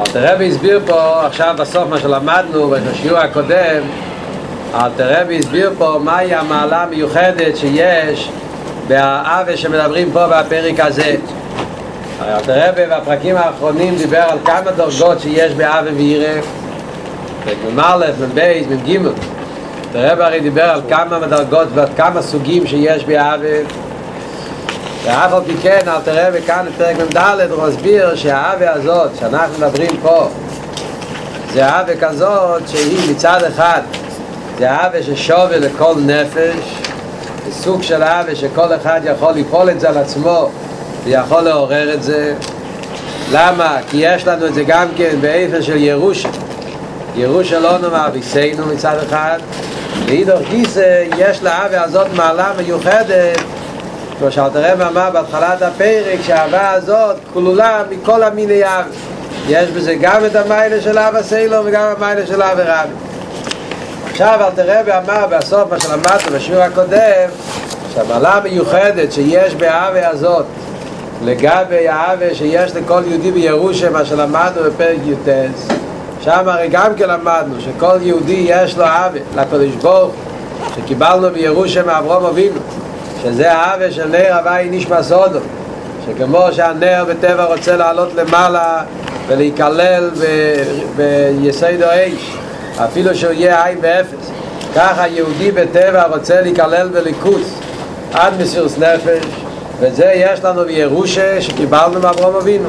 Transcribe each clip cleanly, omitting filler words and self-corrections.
אלתר רבי הסביר פה עכשיו בסוף מה שלמדנו בשיעור הקודם. אלתר רבי הסביר פה מהי המעלה המיוחדת שיש באהבה שמדברים פה בפרק הזה. אלתר רבי בפרקים האחרונים דיבר על כמה דרגות שיש באהבה ויראה, פרק מ"א, מ"ב, מ"ג. אלתר רבי הרי דיבר על כמה דרגות ועל כמה סוגים שיש באהבה, ואף על פי כן אלתר רבי כאן בפרק מ"ד הוא מסביר שהאהבה הזאת שאנחנו מדברים פה זה אהבה כזאת שהיא מצד אחד זה אהבה ששווה לכל נפש, זה סוג של אהבה שכל אחד יכול לפעול את זה על עצמו ויכול לעורר את זה. למה? כי יש לנו את זה גם כן באופן של ירושה. ירושה לא נאמר ביסנו מצד אחד, ואידך גיסא יש לאהבה הזאת מעלה מיוחדת, כמו שאלתר רבי אמר בהתחלת הפרק, שהאהבה הזאת כלולה מכל המיני אהבה. יש בזה גם את המיילה של אהבה סיילו וגם המיילה של אהבה רבי. עכשיו אלתר רבי אמר בסוף מה שלמדנו בשיעור הקודם, שהמעלה המיוחדת שיש באהבה הזאת לגבי האהבה שיש לכל יהודי בירושה, מה שלמדנו בפרק י"ט, שם הרי גם כן למדנו שכל יהודי יש לו אהבה לקדוש ברוך שקיבלנו בירושה מאברהם אבינו, שזה האהבה של נר הווי נשמע סודו, שכמו שהנר בטבע רוצה לעלות למעלה ולהיכלל ביסוד האש אפילו שהוא יהיה עין ואפס, ככה יהודי בטבע רוצה להיכלל בליכוז עד מסירות נפש, וזה יש לנו בירושה שקיבלנו מאברהם אבינו.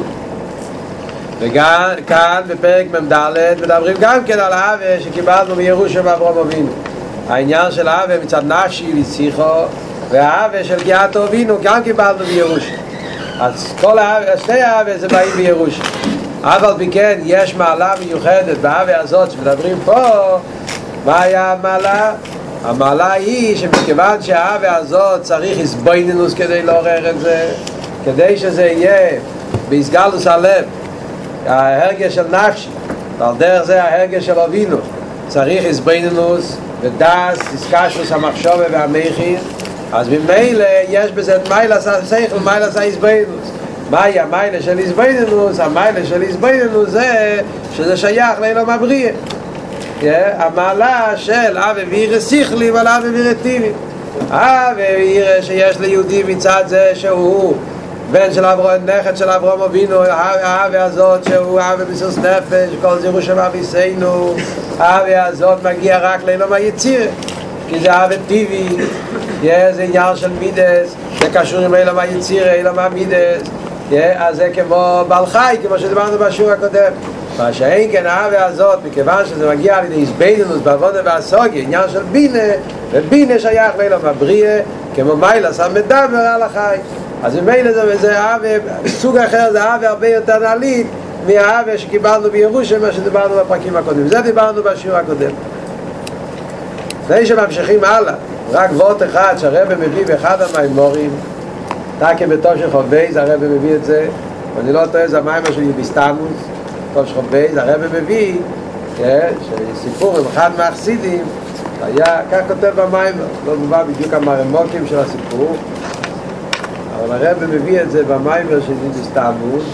וכאן בפרק מ"ד מדברים גם כן על האהבה שקיבלנו בירושה מאברהם אבינו, העניין של האהבה מצד נפשי ושיחו, והאהבה של גיאתו אבינו גם קיבלנו בירושה. אז כל האהבה, שתי האהבה זה באים בירושה. אבל בכן יש מעלה מיוחדת באהבה הזאת שמדברים פה. מה היה המעלה? המעלה היא שמכיוון שהאהבה הזאת צריך הסבינינוס כדי לעורר את זה, כדי שזה יהיה בהסגלוס הלב, ההרגש של נפשי, ועל דרך זה ההרגש של אבינו, צריך הסבינינוס ודס, הסקשוס המחשבה והמחיר. אז ממילא יש בזה את מיילס השכל ומיילס ההסבינינוס. מהי המיילה של הסבינינוס? המיילה של הסבינינוס זה שזה שייך לאילום הבריאה, המעלה של אהבה ויראה שכלי ועל אהבה ויראה טבעי. אהבה ויראה שיש ליהודי מצד זה שהוא בן של אברהם, נכד של אברהם אבינו, האהבה הזאת שהוא אהבה מסירות נפש, כל זה ירושה מאביסנו, האהבה הזאת מגיע רק לאילום היציר, כי זה אהבה טבעי, זה עניין של מידס, זה קשור עם אילום היציר, אילום המידס, אז זה כמו בעל חי, כמו שדיברנו בשיעור הקודם. מה שאין כן האהבה הזאת, מכיוון שזה מגיע על ידי הסבינינוס בעבודה והסוגיה, עניין של בינה, ובינה שייך לאילום הבריאה, כמו מיילס המדבר על החי. אז ממילא זה אהבה, סוג אחר, זה אהבה הרבה יותר נעלית מהאהבה שקיבלנו בירושה, מה שדיברנו בפרקים הקודמים. זה דיברנו בשיעור הקודם. לפני שממשיכים הלאה, רק וורט אחד שהרבא מביא באחד המיימורים, תקם בתושך חובייז, הרבא מביא את זה, ואני לא טועה, זה המיימור של יוביסטמוס, תושך חובייז, הרבא מביא, שסיפור עם אחד מהחסידים, היה, כך כותב במיימור, לא מובא בדיוק המרמוקים של הסיפור, אבל הרבא מביא את זה במיימור של יוביסטמוס,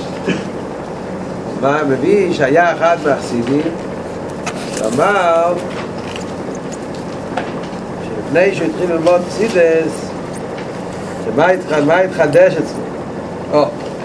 מביא שהיה אחד מהחסידים, ואמר, לפני שהוא התחיל ללמוד חסידס, מה התחדש אצלו?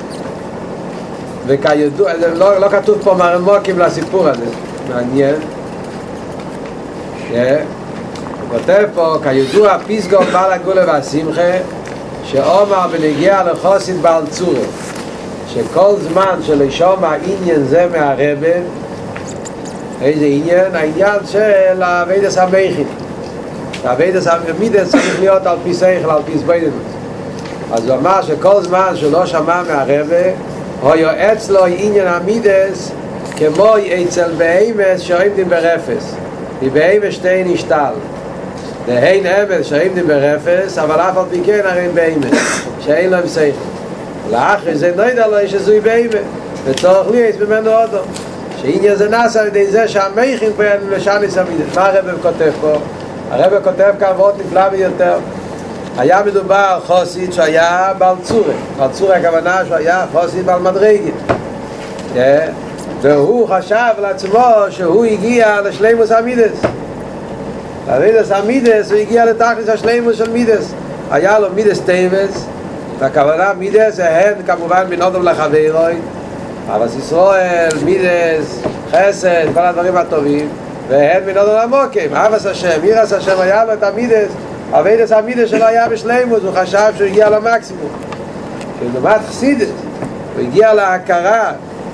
וכידוע, לא כתוב פה מרמוקים לסיפור הזה, מעניין. הוא כותב פה, כידוע פיסגו בעל הגולה והשמחה, שאומר בנגיע לחוסית בעל צורה, שכל זמן שלשום העניין זה מהרבא, איזה עניין? העניין של העבודת המחיר. העבודת המידס צריך להיות על פי שכל, על פי הסבינינוס. אז הוא אמר שכל זמן שלא שמע מהרבא, היה אצלו עניין המידס כמו אצל בהמס שעומדים ברפס. כי בהמס שתי נשתל. להין אמס שעומדים ברפס, אבל אף על פי כן הרי בהמס, שאין להם שכל. לאחרי זה נדע לו שזוי בהמס, וצורך ליאס ממנו אודו. שעניין זה נעשה על ידי זה שהמחים פעלים לשניס המידס. מה הרבא כותב פה? הרבא כותב כאן ועוד נפלא ביותר. היה מדובר על חוסיד שהיה בעל צורה. בעל צורה הכוונה שהוא היה חוסיד בעל מדרגה. והוא חשב לעצמו שהוא הגיע לשלימוס המידס. המידס המידס הוא הגיע לתכלס השלימוס של מידס. היה לו מידס טייבס, והכוונה מידס הן כמובן בין אדם לחברוי, אבל ישראל, מידס, חסד, כל הדברים הטובים, והן בין אדם למוקים, אבס השם, ירס השם, היה לו את המידס, המידס המידס שלו היה בשלימוס, הוא חשב שהוא הגיע למקסימום. כשלמד חסידות, הוא הגיע להכרה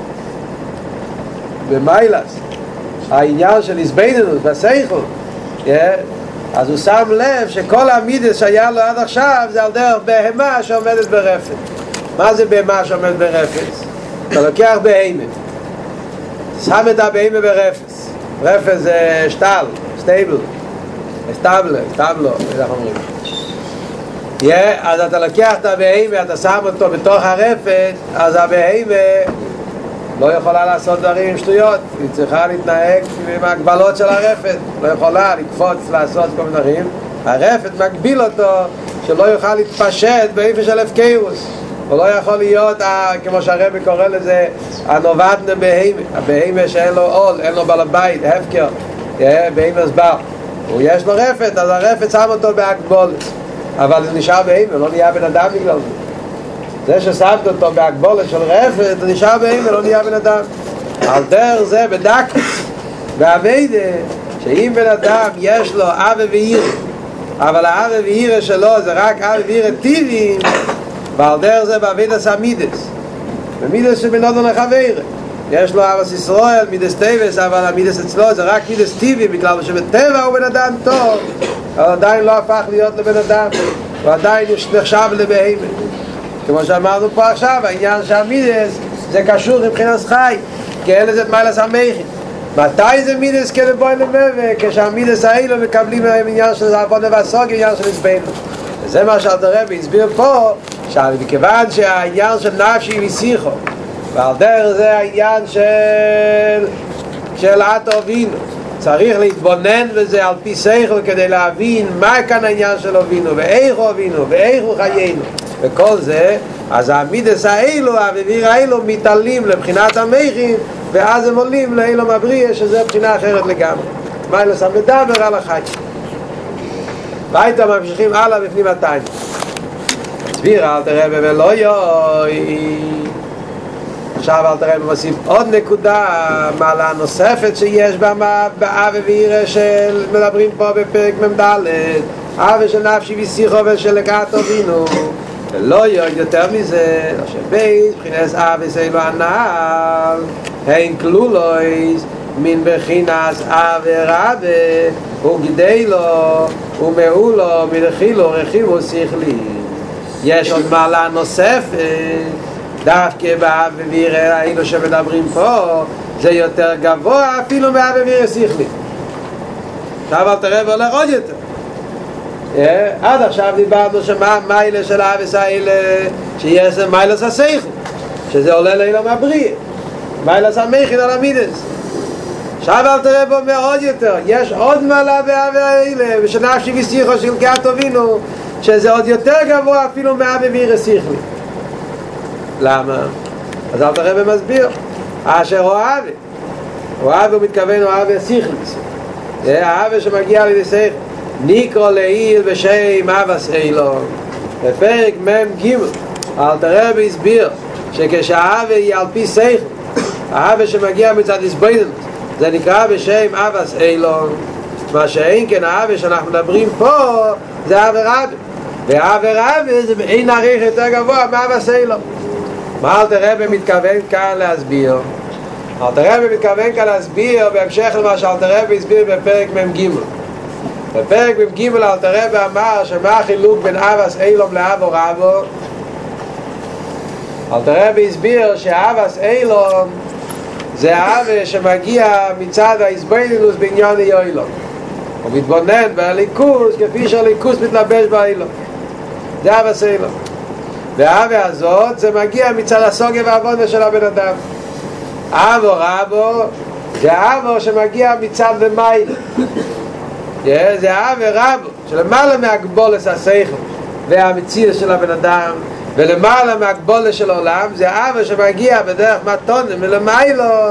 במיילס, העניין של הסביננות, בסייכות, אז הוא שם לב שכל המידס שהיה לו עד עכשיו זה על דרך בהמה שעומדת ברפת. מה זה בהמה שעומדת ברפת? אתה לוקח בהמה, שם את הבהמה ברפס. רפס זה שטל, סטייבל, סטבלו, איך אומרים? אז אתה לוקח את הבהמה, אתה שם אותו בתוך הרפת, אז הבהמה לא יכולה לעשות דברים שטויות, היא צריכה להתנהג עם ההגבלות של הרפת, לא יכולה לקפוץ, לעשות כל מיני דברים. הרפת מגביל אותו שלא יוכל להתפשט באיפה של הפקרוס, הוא לא יכול להיות, כמו שהרבי קורא לזה, הנובדנה בהמה, הבהמה שאין לו עול, אין לו בעל הבית, הפקר, בהמה סבר, הוא יש לו רפת, אז הרפת שם אותו בהגבולת, אבל זה נשאר בהמה, לא נהיה בן אדם בגלל זה. זה ששמת אותו בהגבולת של רפת, זה נשאר בהמה, לא נהיה בן אדם. על דרך זה בדקס, בעבודה, שאם בן אדם יש לו אבא ואירה, אבל האבא ואירה שלו זה רק אבא ואירה טבעיים, ועל דרך זה בעבודת המידס, במידס שבין אדם לחבר. יש לו אבא ישראל, מידס טבעס, אבל המידס אצלו זה רק מידס טבעי, בגלל שבטבע הוא בן אדם טוב, אבל עדיין לא הפך להיות לבן אדם, ועדיין נחשב לבהמה. כמו שאמרנו פה עכשיו, העניין שהמידס זה קשור מבחינת חי, כי אין לזה מיילס המכין. מתי זה מידס כנבוי למבק? כשהמידס האלו מקבלים עניין של עבודה והסוג, עניין של הסבנו. וזה מה שהרבי הסביר פה, שמכיוון שהעניין של נפשי ושיחו, ועל דרך זה העניין של אתו אבינו, צריך להתבונן בזה על פי שכל כדי להבין מה כאן העניין של אבינו, ואיך הוא אבינו, ואיך הוא חיינו. וכל זה, אז המידס האלו, האוויר האלו מתעלים לבחינת המכין, ואז הם עולים לאלו מבריא, שזה בחינה אחרת לגמרי. מה אלו שם מדבר על החי. והייתם ממשיכים הלאה בפנים התיים. סביר, אל תראה ולא יוי. עכשיו אל תראה ומוסיף עוד נקודה, מעלה נוספת שיש באוויר של מדברים פה בפרק ממדלת, אוויר של נפשי ושיחו ושל לקעת אבינו. ולא יורד יותר מזה, שבייס, בחינס אביס אילו הנעל, הן כלולויס, מן בחינס אבי רבי, הוא גדי לו, הוא מאו לו, מלכילו, רכיבו שכלי. יש עוד מעלה נוספת, דווקא באוויר האילו שמדברים פה, זה יותר גבוה אפילו באוויר שכלי. עכשיו אל תראה והולך עוד יותר. עד עכשיו דיברנו שמה מיילה של האבס האלה, שיש מיילס השכל, שזה עולה לאילום הבריא, מיילס המכין על המידס. עכשיו אל תראה בו מאוד יותר, יש עוד מעלה באבי האלה, ושנפשי ושיחו של קעת אבינו, שזה עוד יותר גבוה אפילו מאבי ואירה שכלי. למה? אז אל תראה במסביר, אשר אוהבי, אוהבי הוא מתכוון אוהבי שכלי, האבי שמגיע לידי שכל, נקרא לעיל בשם אבס אילון. בפרק מ"ג אלתר רבי הסביר שכשהאווה היא על פי שכל, האווה שמגיע מצד הסביננות, זה נקרא בשם אבס אילון. מה שאין כן האווה שאנחנו מדברים פה זה אווה רבי, ואווה רבי זה אין עריך יותר גבוה מאבס אילון. מה אלתר רבי מתכוון כאן להסביר? אלתר רבי מתכוון כאן להסביר בהמשך למה שאלתר רבי הסביר בפרק מ"ג. בפרק מ"ג אלתר רבי אמר שמה החילוק בין אבס אילום לאבו רבו. אלתר רבי הסביר שאבס אילום זה האווה שמגיע מצד ההסבינינוס בעניין אילום, הוא מתבונן בליכוס כפי שהליכוס מתלבש באילום, זה אבס אילום. והאווה הזאת זה מגיע מצד הסוגיה והעבודה של הבן אדם. אבו רבו זה האווה שמגיע מצד למעלה, זה האווה רבו שלמעלה מהגבולת השכל והמציאות של הבן אדם, ולמעלה מהגבולת של העולם, זה האווה שמגיע בדרך מתון מלמיילו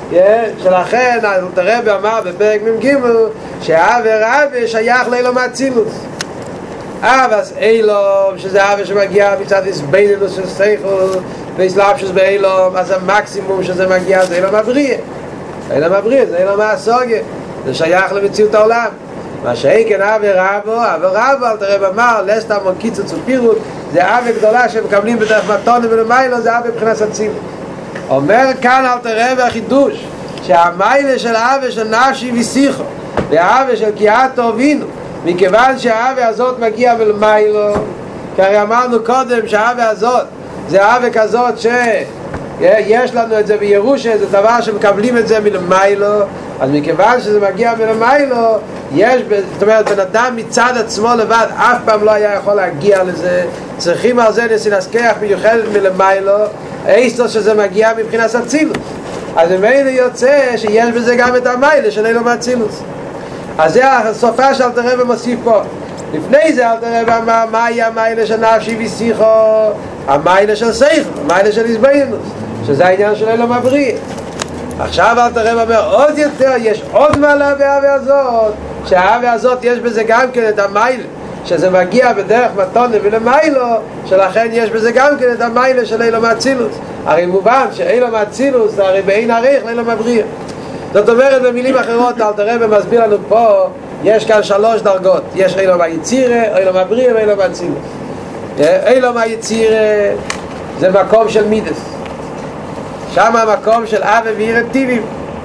שלכן הרב אמר בפרק מ"ג שהאב ורב שייך לאילום האצילוס. אז אילום שזה אב שמגיע מצד הסבינלוס של שכל והסלאפשוס באילום, אז המקסימום שזה מגיע זה אילום הבריאה. אילום הבריאה זה אילום הסוגיה, זה שייך למציאות העולם. מה שאיקן אב ורבו, אל תראה אמר לסת המון קיצוץ ופירוט, זה אב גדולה שמקבלים בדרך מתון ולמיילו, זה אב מבחינת אצילות. אומר כאן אל תראה והחידוש שהמיילה של האב של נפשי ושיחו והאב של קיאטו אבינו, מכיוון שהאב הזאת מגיע ולמיילו, כי הרי אמרנו קודם שהאב הזאת זה האב כזאת שיש לנו את זה בירושה, זה דבר שמקבלים את זה מלמיילו, אז מכיוון שזה מגיע מלמיילו, זאת אומרת, בן אדם מצד עצמו לבד אף פעם לא היה יכול להגיע לזה, צריכים על זה לנסכח מיוחדת מלמיילו, איסטו שזה מגיע מבחינת אצילוס. אז ממילא יוצא שיש בזה גם את המיילה של אילום האצילוס. אז זה הסופה שאל תראה ומוסיף פה. לפני זה אל תראה מהי המיילה של נפשי ושיחו, המיילה של שכל, המיילה של הסבינלוס, שזה העניין של אילום הבריאה. עכשיו אל תראה ואומר עוד יותר, יש עוד מעלה באהבה הזאת, שהאהבה הזאת יש בזה גם כן את המיילה שזה מגיע בדרך מתון ולמיילו, שלכן יש בזה גם כן את המיילה של אילום האצילוס. הרי מובן שאילום האצילוס זה הרי באין עריך לאילום הבריאה. זאת אומרת במילים אחרות אל תראה ומסביר לנו פה, יש כאן 3 דרגות, יש אילום היצירה, אילום הבריאה ואילום האצילוס. אילום היצירה זה מקום של מידס, שם המקום של אהבה ויראת טבעיים,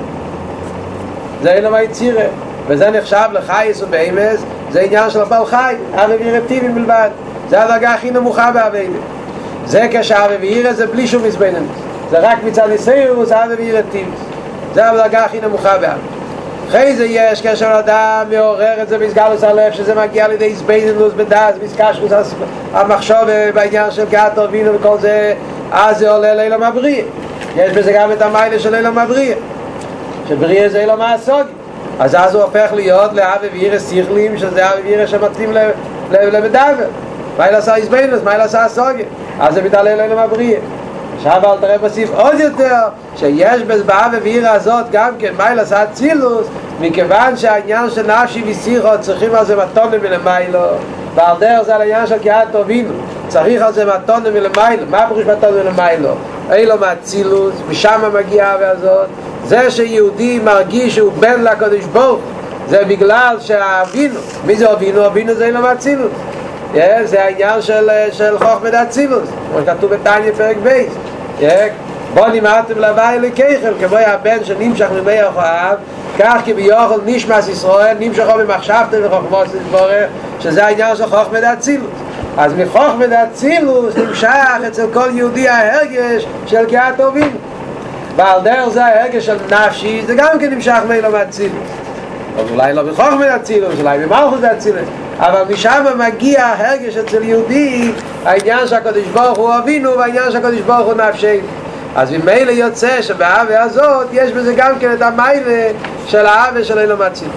זה אילום היצירה, וזה נחשב לחייס ובאמס, זה עניין של הבעל חי, אהבה ויראת טבעיים בלבד, זה הדרגה הכי נמוכה באהבה. זה כשאהבה ויראת זה בלי שום הסבינלוס, זה רק מצד ניסיוס אהבה ויראת טבעיים, זה הדרגה הכי נמוכה באהבה. אחרי זה יש כאשר אדם מעורר את זה בסגלוס הלב, שזה מגיע לידי הסבינלוס בדעת, בסקשרוס המחשוב בעניין של קיאטו אבינו וכל זה, אז זה עולה לאילום הבריאה. יש בזה גם את המיילה של אילום הבריאה, שבריאה זה אילום הסוגיה, אז הוא הופך להיות לאהבה ויראת שכליים, שזה אהבה ויראת שמתאים למדבר, מיילה עשה הסבינלוס, מיילה עשה הסוגיה, אז זה מתעלה לאילום הבריאה. עכשיו אל תראה מוסיף עוד יותר שיש באהבה ויראה הזאת גם כן מיילה עשה אצילוס, מכיוון שהעניין של נפשי ושיחו צריכים על זה מתון מלמיילו, ועל דרך זה על העניין של קיאטו אבינו צריך על זה מתון מלמיילו. מה פירוש מתון מלמיילו? אילום האצילוס, משם מגיעה האהבה הזאת. זה שיהודי מרגיש שהוא בן לקדוש ברוך, זה בגלל שהאבינו, מי זה אבינו? אבינו זה אילום האצילוס, זה העניין של חוכמת האצילוס, כמו שכתוב בתניא פרק בייס, בוא נמאתם להווי אלוקיכם, כמו הבן שנמשך ממי האב, כך כביכול נשמס ישראל נמשכו במחשבתו וחוכמות יתברך, שזה העניין של חוכמת האצילוס. אז מחוכמת האצילוס נמשך אצל כל יהודי ההרגש של קיאטו אבינו, ועל דרך זה ההרגש של נפשי זה גם כן נמשך מאילום האצילוס, אולי לא בחוכמת האצילוס, אולי במלכות האצילוס, אבל משם מגיע ההרגש אצל יהודי העניין שהקדוש ברוך הוא אבינו והעניין שהקדוש ברוך הוא נפשי. אז ממילא יוצא שבאהבה הזאת יש בזה גם כן את המיילה של האהבה של אילום האצילוס.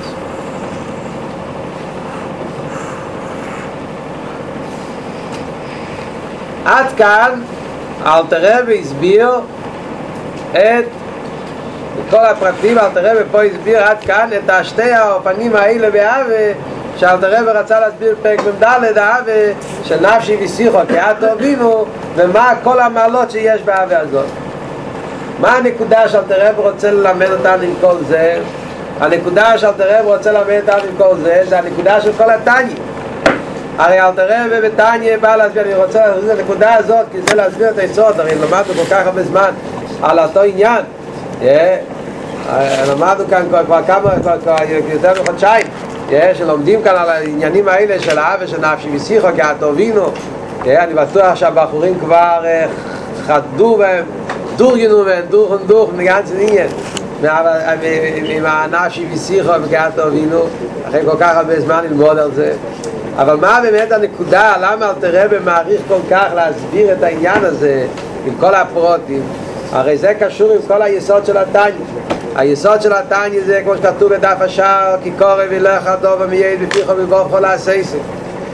עד כאן אלתר רבי הסביר את כל הפרטים. אלתר רבי פה הסביר עד כאן את שתי האופנים האלה באהבה שאלתר רבי רצה להסביר פרק מ"ד, האהבה של נפשי ושיחו קיאטו אבינו, ומה כל המעלות שיש באהבה הזאת. מה הנקודה שאלתר רבי רוצה ללמד אותנו עם כל זה? הנקודה שאלתר רבי רוצה ללמד אותנו עם כל זה זה הנקודה של כל התניא. הרי אלתר רבי בתניא בא להסביר, אני רוצה להסביר את הנקודה הזאת כי זה להסביר את היסוד. הרי למדנו כל כך הרבה זמן על אותו עניין, למדנו כאן כבר יותר מחודשיים שלומדים כאן על העניינים האלה של האהבה של נפשי ושיחו קיאטו אבינו. אני בטוח שהבחורים כבר חדו בהם, דורגנו בהם, דוך מגנץ עניין עם הנפשי ושיחו קיאטו אבינו, אחרי כל כך הרבה זמן ללמוד על זה. אבל מה באמת הנקודה, למה אלתר רבי מעריך כל כך להסביר את העניין הזה עם כל הפרוטים? הרי זה קשור עם כל היסוד של התניא. היסוד של התניא זה כמו שכתוב בדף השער, כי קורב ילך הדוב ומייד בפיך ובבוא כל העשייסים.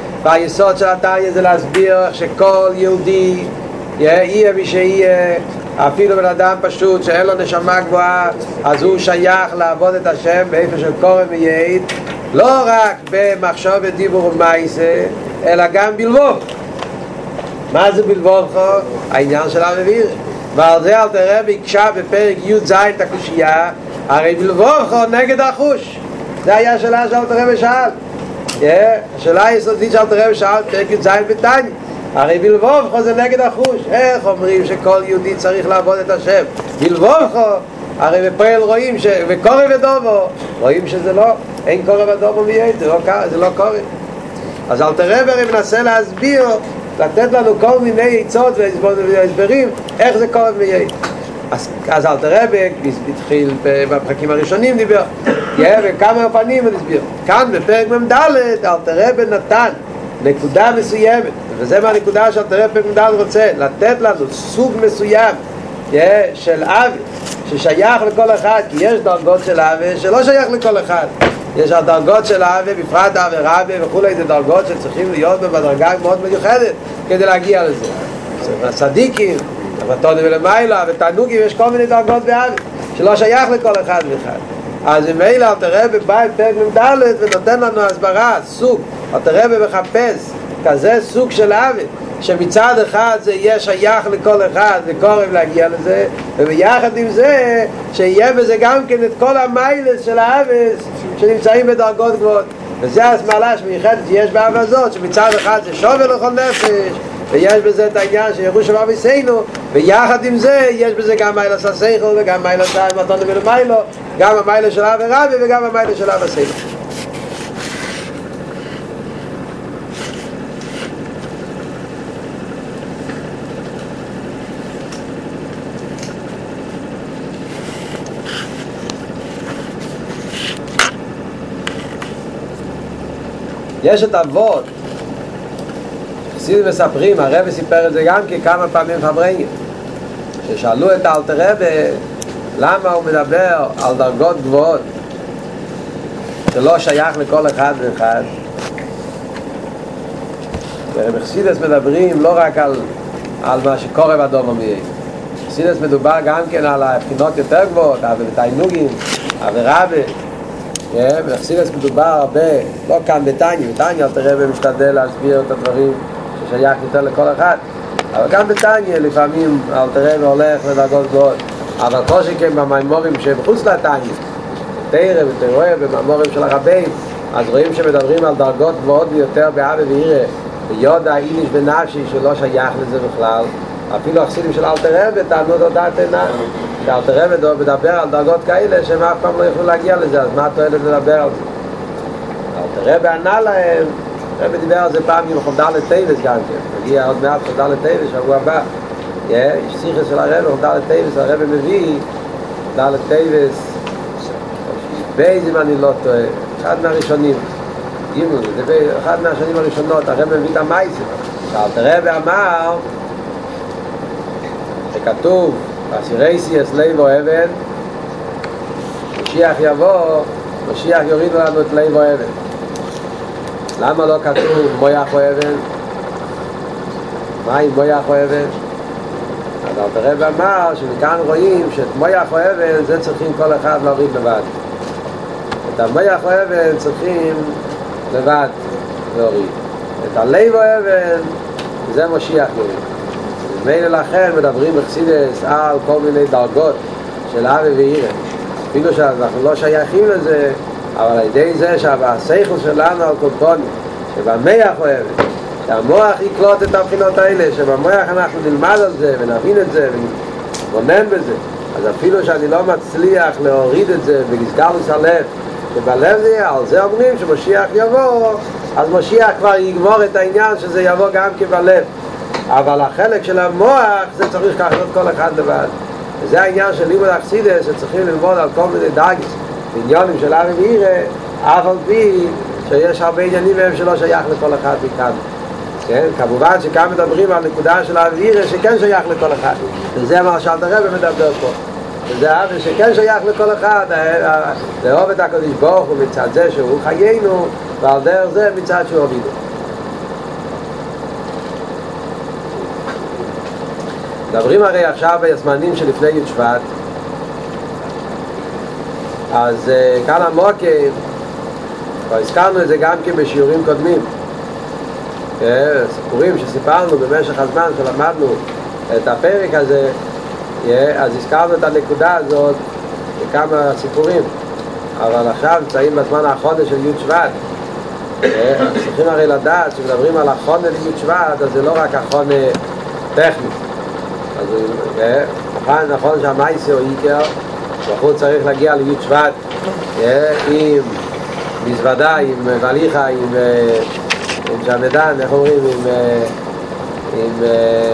והיסוד של התניא זה להסביר שכל יהודי יהיה מי שיהיה, אפילו בן אדם פשוט שאין לו נשמה גבוהה, אז הוא שייך לעבוד את השם באיפה של קורא מייעד, לא רק במחשוב ודיבור ומעשה, אלא גם בלבוב. מה זה בלבוב? העניין של אבי וירא. ועל זה אל תראה ביקשה בפרק י"ז את הקושייה, הרי בלבוב נגד החוש. זה היה השאלה שאל תראה ושאל. השאלה היסודית שאל תראה ושאל פרק י"ז בתניא. הרי בלבוב זה נגד החוש. איך אומרים שכל יהודי צריך לעבוד את השם? בלבוב הרי בפועל רואים וקורא ודובו רואים שזה לא, אין קורא ודובו מייעד, זה לא קורא. אז אל תראה הרי מנסה להסביר, לתת לנו כל מיני עצות והסברים איך זה קורא מייעד. אז אל תראה התחיל בפרקים הראשונים דיבר וכמה פנים הוא הסביר. כאן בפרק מ"ד אל תראה נתן נקודה מסוימת, וזה מהנקודה שאל תראה בפרק מ"ד רוצה לתת לנו סוג מסוים של אבי ששייך לכל אחד, כי יש דרגות של אבי שלא שייך לכל אחד. יש הדרגות של אבי, בפרט אבי רבי וכולי, זה דרגות שצריכים להיות בדרגה מאוד מיוחדת כדי להגיע לזה. הצדיקים, המתונים ולמעלה ותענוגים, יש כל מיני דרגות באבי שלא שייך לכל אחד ואחד. אז אם אלה אל תראה בפרק מ"ד ונותן לנו הסברה, סוג, אל תראה ומחפש כזה סוג של אבי שמצד אחד זה יהיה שייך לכל אחד וקורב להגיע לזה, וביחד עם זה שיהיה בזה גם כן את כל המיילס של האבס שנמצאים בדרגות גבוהות. וזה הסמלה שמיוחדת שיש באהבה הזאת, שמצד אחד זה שווה לכל נפש ויש בזה את העניין שירוש ואביסנו, ויחד עם זה יש בזה גם מיילס השכל וגם מיילס המתונים ולמיילו, גם המיילס של אבי רבי וגם המיילס של אביסנו. יש את אבות חסידים מספרים, הרב סיפר את זה גם כמה פעמים חבריים, ששאלו את אלתר רבי למה הוא מדבר על דרגות גבוהות שלא שייך לכל אחד ואחד. ורב חסידס מדברים לא רק על מה שקורה בדוב המייעד. חסידס מדובר גם כן על הבחינות יותר גבוהות, אבי ותענוגים, אבי רבי. בחסידס מדובר הרבה, לא כאן בתניא אלתר רבי משתדל להסביר את הדברים ששייך יותר לכל אחד, אבל גם בתניא לפעמים אלתר רבי הולך לדרגות גבוהות, אבל כל שכן במאמרים שבחוץ לתניא, תרא ותרועה במאמרים של הרבים, אז רואים שמדברים על דרגות גבוהות ביותר באבי וירא, ויודע איניש בנפשי שלא שייך לזה בכלל. אפילו החסידים של אלתר רבי טענו דעת עיניים, שאלתר רבי מדבר על דרגות כאלה שהם אף פעם לא יכלו להגיע לזה, אז מה התועלת לדבר על זה? אלתר רבי ענה להם, רבי דיבר על זה פעם עם חובדל לטייבס גם כן, מגיע עוד מעט חובדל לטייבס שבוע הבא, יש שיחה של הרבי חובדל לטייבס, הרבי מביא חובדל לטייבס בייז אם אני לא טועה, אחד מהראשונים, אחד מהשנים הראשונות, הרבי מביא את המייסר, שאלתר רבי אמר שכתוב אסירייסי אסלייב או אבן, משיח יבוא, משיח יוריד לנו את לייב או אבן. למה לא כתוב מויח או אבן? מה עם מויח או אבן? אז אלתר רבי אמר שמכאן רואים שאת מויח או אבן זה צריכים כל אחד להוריד לבד. את המויח או אבן צריכים לבד להוריד. את הלייב או אבן זה משיח יוריד. מילא לכן מדברים בחסידס על כל מיני דרגות של אבי וירא, אפילו שאנחנו לא שייכים לזה, אבל על ידי זה שהשכל שלנו על קודקונים, שבמוח אוהב, שהמוח יקלוט את הבחינות האלה, שבמוח אנחנו נלמד על זה ונבין את זה ונתבונן בזה, אז אפילו שאני לא מצליח להוריד את זה בגסגלוס הלב, שבלב זה, על זה אומרים שמשיח יבוא, אז משיח כבר יגמור את העניין שזה יבוא גם כבלב. אבל החלק של המוח זה צריך לעשות כל אחד לבד, וזה העניין של לימוד החסידס, שצריכים ללמוד על כל מיני דרגות ועניינים של אבי וירא, אף על פי שיש הרבה עניינים מהם שלא שייך לכל אחד מכאן. כן? כמובן שכאן מדברים על נקודה של אבי וירא שכן שייך לכל אחד, וזה מה שאלתר רבי מדבר פה, וזה אבי שכן שייך לכל אחד, לאהוב את הקדוש ברוך הוא מצד זה שהוא חיינו, ועל דרך זה מצד שהוא הוביל. מדברים הרי עכשיו בזמנים שלפני י' שבט, אז כאן המוקים, כבר הזכרנו את זה גם כן בשיעורים קודמים, סיפורים שסיפרנו במשך הזמן שלמדנו את הפרק הזה, אז הזכרנו את הנקודה הזאת בכמה סיפורים, אבל עכשיו נמצאים בזמן האחרון של י' שבט. צריכים הרי לדעת שמדברים על החונה לי' שבט, אז זה לא רק החונה טכני, אז נכון שהמייסה או איקר בחור צריך להגיע לי' שבט עם מזוודה, עם וליכה, עם שמדן, איך אומרים, עם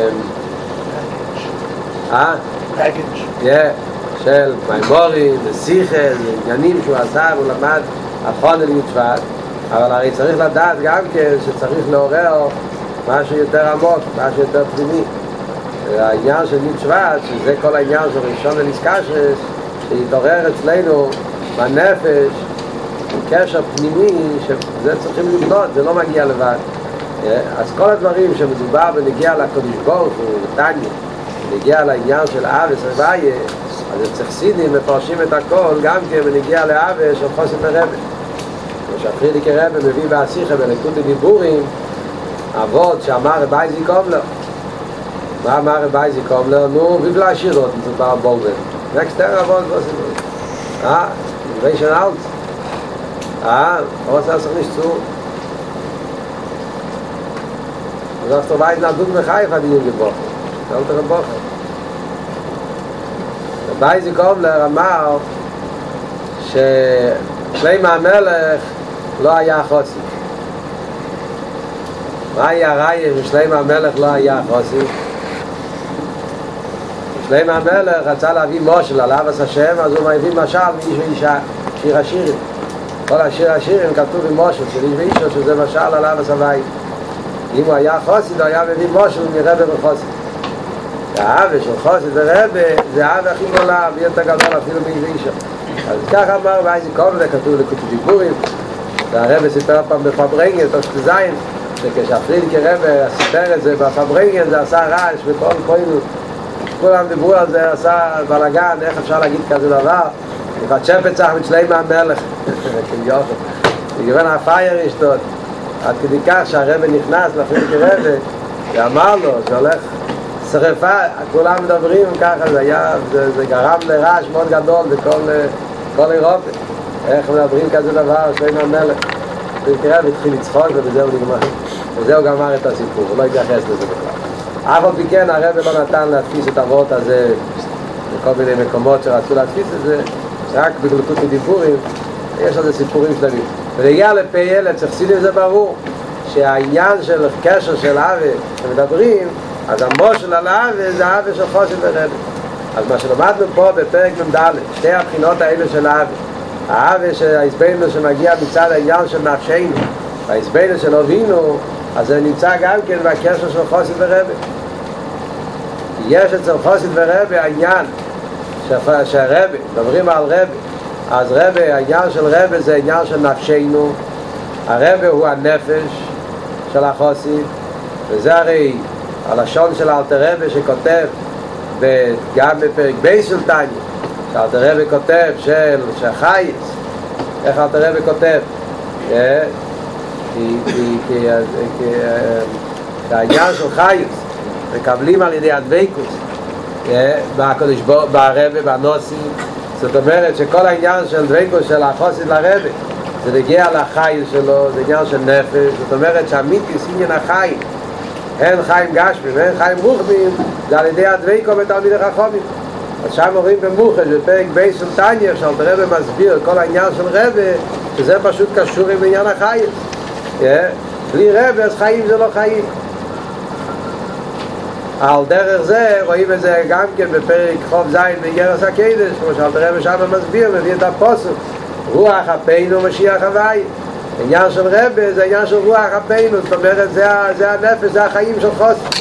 של מימורים ושיחה, עניינים שהוא עשה והוא למד החונה לי' שבט. אבל הרי צריך לדעת גם כן שצריך לעורר משהו יותר עמוק, משהו יותר פנימי. העניין של י' שבט, שזה כל העניין של ראשון לנזקשרס, שיתעורר אצלנו בנפש קשר פנימי, שזה צריכים לבנות, זה לא מגיע לבד. אז כל הדברים שמדובר ונגיע לקדוש ברוך הוא, לטניה, ונגיע לעניין של אבס ורביה, אז צריך סידים מפרשים את הכל גם כן ונגיע לאבס של חוסן ורבא. שהפרידיקי רבי מביא בהשיחה בליקוד דיבורים אבות שאמר רבי זיקומלר. מה אמר רבי זיקומלר? נו, wie viel Schirot ist ein paar Bolden? Nächster Avot, was ist das? Welchen alt? Was hast du nicht zu? Du sagst doch weit nach Dugme Haifa, die ihn gebrochen. Alter gebrochen. רבי זיקומלר אמר ששלמה המלך לא היה חוסי. מה היה ראיה ששלמה המלך לא היה חוסי? שלמה המלך רצה להביא מושל על אבס השם, אז הוא מביא משל מאיש ואישה, שיר השירים. כל השיר השירים כתוב עם מושל של איש ואישה, שזה משל על אבס הבית. אם הוא היה חוסי, הוא היה מביא מושל מרבא וחוסי. האבא של חוסי ורבא זה האבא הכי גדולה, ביותר גדול אפילו מאיש ואישה. אז ככה אמר ואיזה קודם, זה כתוב לקוטי דיבורים. והרבא סיפר פעם בפברנגן, תושת זין, שכשהפרידיקי רבא סיפר את זה בפברנגן, זה עשה רעש וכל פועלות. כולם דיברו על זה, עשה בלגן, איך אפשר להגיד כזה דבר? וחצ'פת צריך מצלמה המלך, כביוכל. וגיוון הפייר ישתות. עד כדי כך שהרבא נכנס לפרידיקי רבא, ואמר לו שהולך שרפה, כולם מדברים ככה, זה גרם לרעש מאוד גדול בכל אירופה. איך מדברים כזה דבר, שלמה המלך. פרידיקי רבא התחיל לצחוק ובזהו נגמר. וזהו גמר את הסיפור, הוא לא התייחס לזה בכלל. אף על פי כן הרב לא נתן להדפיס את הוורט הזה בכל מיני מקומות שרצו להדפיס את זה, רק בגלקות מדיבורים יש על זה סיפורים שלמים. ולהגיע לפייל, צריך סידים זה ברור שהעניין של קשר של אבא שמדברים, אז המושל על אבא זה אבא של חוסן ורבא. אז מה שלמדנו פה בפרק מ"ד, שתי הבחינות האלה של אבא, האבא שההסבנו שמגיע מצד העניין של נפשנו וההסבנו של אבינו, אז זה נמצא גם כן בקשר של חוסן ורבא. יש אצל חוסן ורבא העניין שהרבא, מדברים על רבא, אז רבא, העניין של רבא זה העניין של נפשנו. הרבא הוא הנפש של החוסן, וזה הרי הלשון של אלתר רבא שכותב גם בפרק בייס של תניא, שאלתר רבא כותב של חייס. איך אלתר רבא כותב? כי העניין של חייס מקבלים על ידי הדבקות בקדוש ברוך ברבא בנוסי. זאת אומרת שכל העניין של דבקות של החוסן לרבא זה נגיע לחייס שלו, זה עניין של נפש. זאת אומרת שהמיתיס עניין החיים, הן חיים גשמים והן חיים רוחניים, זה על ידי הדבקות בתלמידי חכמים. אז שם אומרים במוחש בפרק בייס של תניא, שאלתר רבא מסביר כל העניין של רבא, שזה פשוט קשור עם עניין החייס. בלי רבא אז חיים זה לא חיים. על דרך זה רואים את זה גם כן בפרק חוב זין באיגרס הקודש, כמו שאלתר רבא שם מסביר, מביא את הפסוק רוח אפינו משיח הווי. העניין של רבא זה העניין של רוח אפינו, זאת אומרת זה הנפש, זה החיים של חוסן.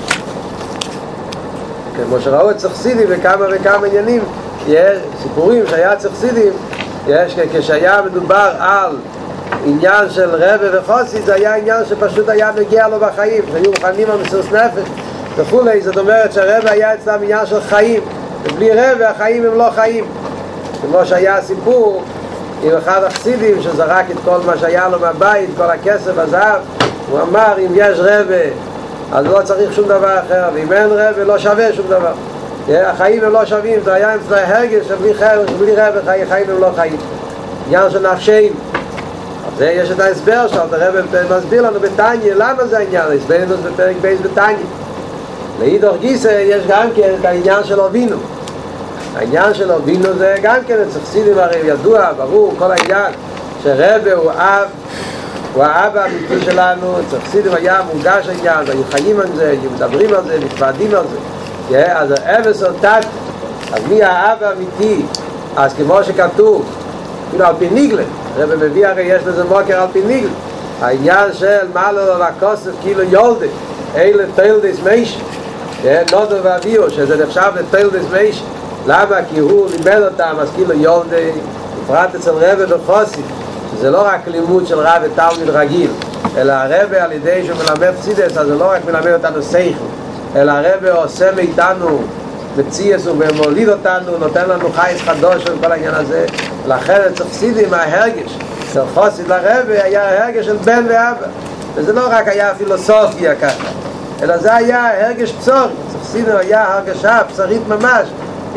כמו שראו את צחסידים בכמה וכמה עניינים, יש סיפורים שהיה צחסידים, יש כשהיה מדובר על עניין של רבא וחוסן, זה היה עניין שפשוט היה מגיע לו בחיים, שהיו מוכנים על מסירות נפש וכולי. זאת אומרת שהרב היה אצלם עניין של חיים, ובלי רב החיים הם לא חיים. כמו שהיה סיפור עם אחד החסידים שזרק את כל מה שהיה לו מהבית, כל הכסף, הזהב. הוא אמר, אם יש רב אז לא צריך שום דבר אחר, ואם אין רב לא שווה שום דבר. החיים הם לא שווים. זה היה אצל ההרגש שבלי רב החיים הם לא חיים. עניין של נפשיים. זה יש את ההסבר שלו, הרב מסביר לנו בתניא למה זה העניין, הסברנו בפרק בייס בתניא. לאידך גיסא יש גם כן את העניין של אבינו. העניין של אבינו זה גם כן אצל חסידים הרי ידוע, ברור, כל העניין שרב הוא אב, הוא האבא האמיתי שלנו. אצל חסידים היה מורגש העניין, היו חיים על זה, היו מדברים על זה, מתוועדים על זה. אז האבס או תת, אז מי האבא האמיתי? אז כמו שכתוב, כאילו על פי ניגלה, הרב מביא הרי יש לזה מוקר על פי ניגלה, העניין של מעלו לכוסף כאילו יולדה, אלה תלדס מייש, נודו ואביו, שזה נחשב לתלדס מייש. למה? כי הוא לימד אותם, אז כאילו יולדה, בפרט אצל רב וחוסי, שזה לא רק לימוד של רב ותלמיד רגיל, אלא הרב על ידי שהוא מלמד חסידות, אז זה לא רק מלמד אותנו שכל, אלא הרב עושה מאיתנו מציאס ומוליד אותנו, נותן לנו חייס חדוש וכל העניין הזה. לכן אצל חסידים ההרגש של חסיד לרב היה הרגש של בן ואבא, וזה לא רק היה פילוסופיה ככה, אלא זה היה הרגש בשור. אצל חסידים היה הרגשה בשרית ממש,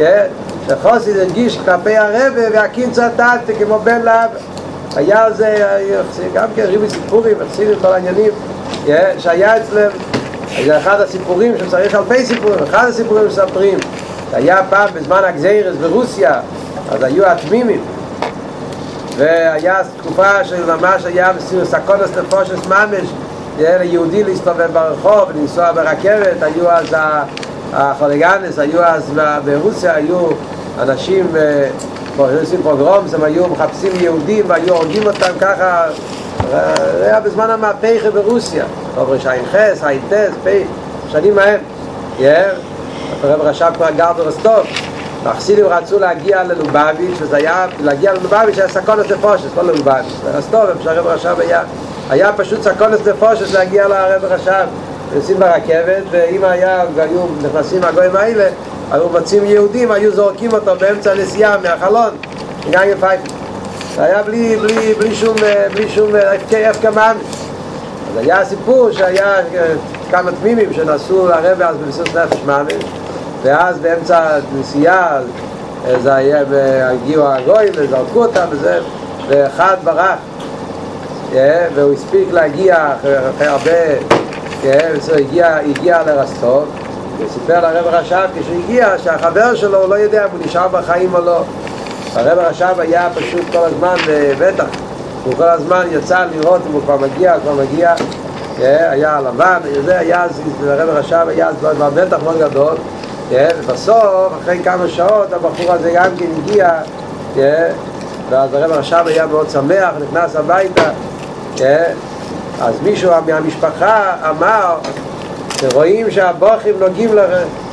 שחסיד הרגיש כלפי הרב והקינצה תת כמו בן לאבא. היה על זה גם כן ריבי סיפורים, חסידים כל העניינים שהיה אצלם. זה אחד הסיפורים שצריך אלפי סיפורים. אחד הסיפורים מספרים, היה פעם בזמן הגזירס ברוסיה, אז היו התמימים, והיה תקופה של ממש היה סכונס נפושס ממש, ליהודי להסתובב ברחוב ולנסוע ברכבת. היו אז החוליגנס, היו אז ברוסיה, היו אנשים עושים פוגרומס, הם היו מחפשים יהודים והיו הורגים אותם ככה. היה בזמן המהפכה ברוסיה, טוב רשעים חס, הייטס, פי, שנים מהם. הרב רש"ב כבר גר ברוסטוב, החסידים רצו להגיע ללובביץ', וזה היה להגיע ללובביץ' היה סכונס נפושס, לא ללובביץ', ברוסטוב, שהרב רש"ב היה פשוט סכונס נפושס להגיע לרב רש"ב. נוסעים ברכבת, ואם היו נכנסים מהגויים האלה, היו מוצאים יהודים, היו זורקים אותו באמצע הנסיעה מהחלון, גם עם פייפים. זה היה בלי שום הפקע ממש. אז היה סיפור שהיה כמה תמימים שנסעו לרב אז במסירות נפש ממש, ואז באמצע הנסיעה זה היה, הגיעו הגויים וזרקו אותם וזה, ואחד ברח, והוא הספיק להגיע אחרי הרבה, הגיע לרסטוב, וסיפר לרב רש"ב כשהוא הגיע שהחבר שלו הוא לא יודע אם הוא נשאר בחיים או לא. הרב רש"ב היה פשוט כל הזמן בטח, הוא כל הזמן יצא לראות אם הוא כבר מגיע, היה לבן, הרב רש"ב היה בטח מאוד גדול, ובסוף אחרי כמה שעות הבחור הזה גם כן הגיע, ואז הרב רש"ב היה מאוד שמח, נכנס הביתה, אז מישהו מהמשפחה אמר שרואים שהבוחרים נוגעים לך,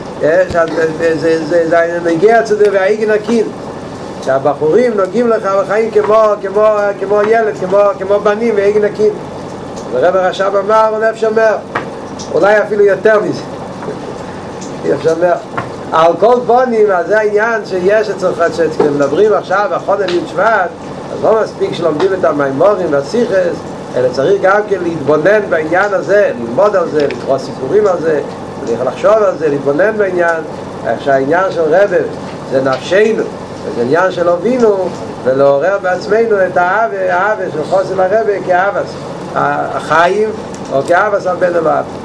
זה נגיע צדו והאיגן הקין, שהבחורים נוגעים לך בחיים כמו ילד, כמו בנים והאיגן הקין. ורב הרש"ב אמר, הוא נפש אומר, אולי אפילו יותר מזה. נפש אומר. על כל פונים, אז זה העניין שיש אצל חדשת, כשמדברים עכשיו בחודש שבט, אז לא מספיק שלומדים את המימורים והשיחס, אלא צריך גם כן להתבונן בעניין הזה, ללמוד על זה, לקרוא סיפורים על זה, לחשוב על זה, להתבונן בעניין, איך שהעניין של רב זה נפשנו, וזה עניין של אבינו, ולעורר בעצמנו את האהבה של חוסן הרב כאהבה החיים, או כאהבה של בן אבא.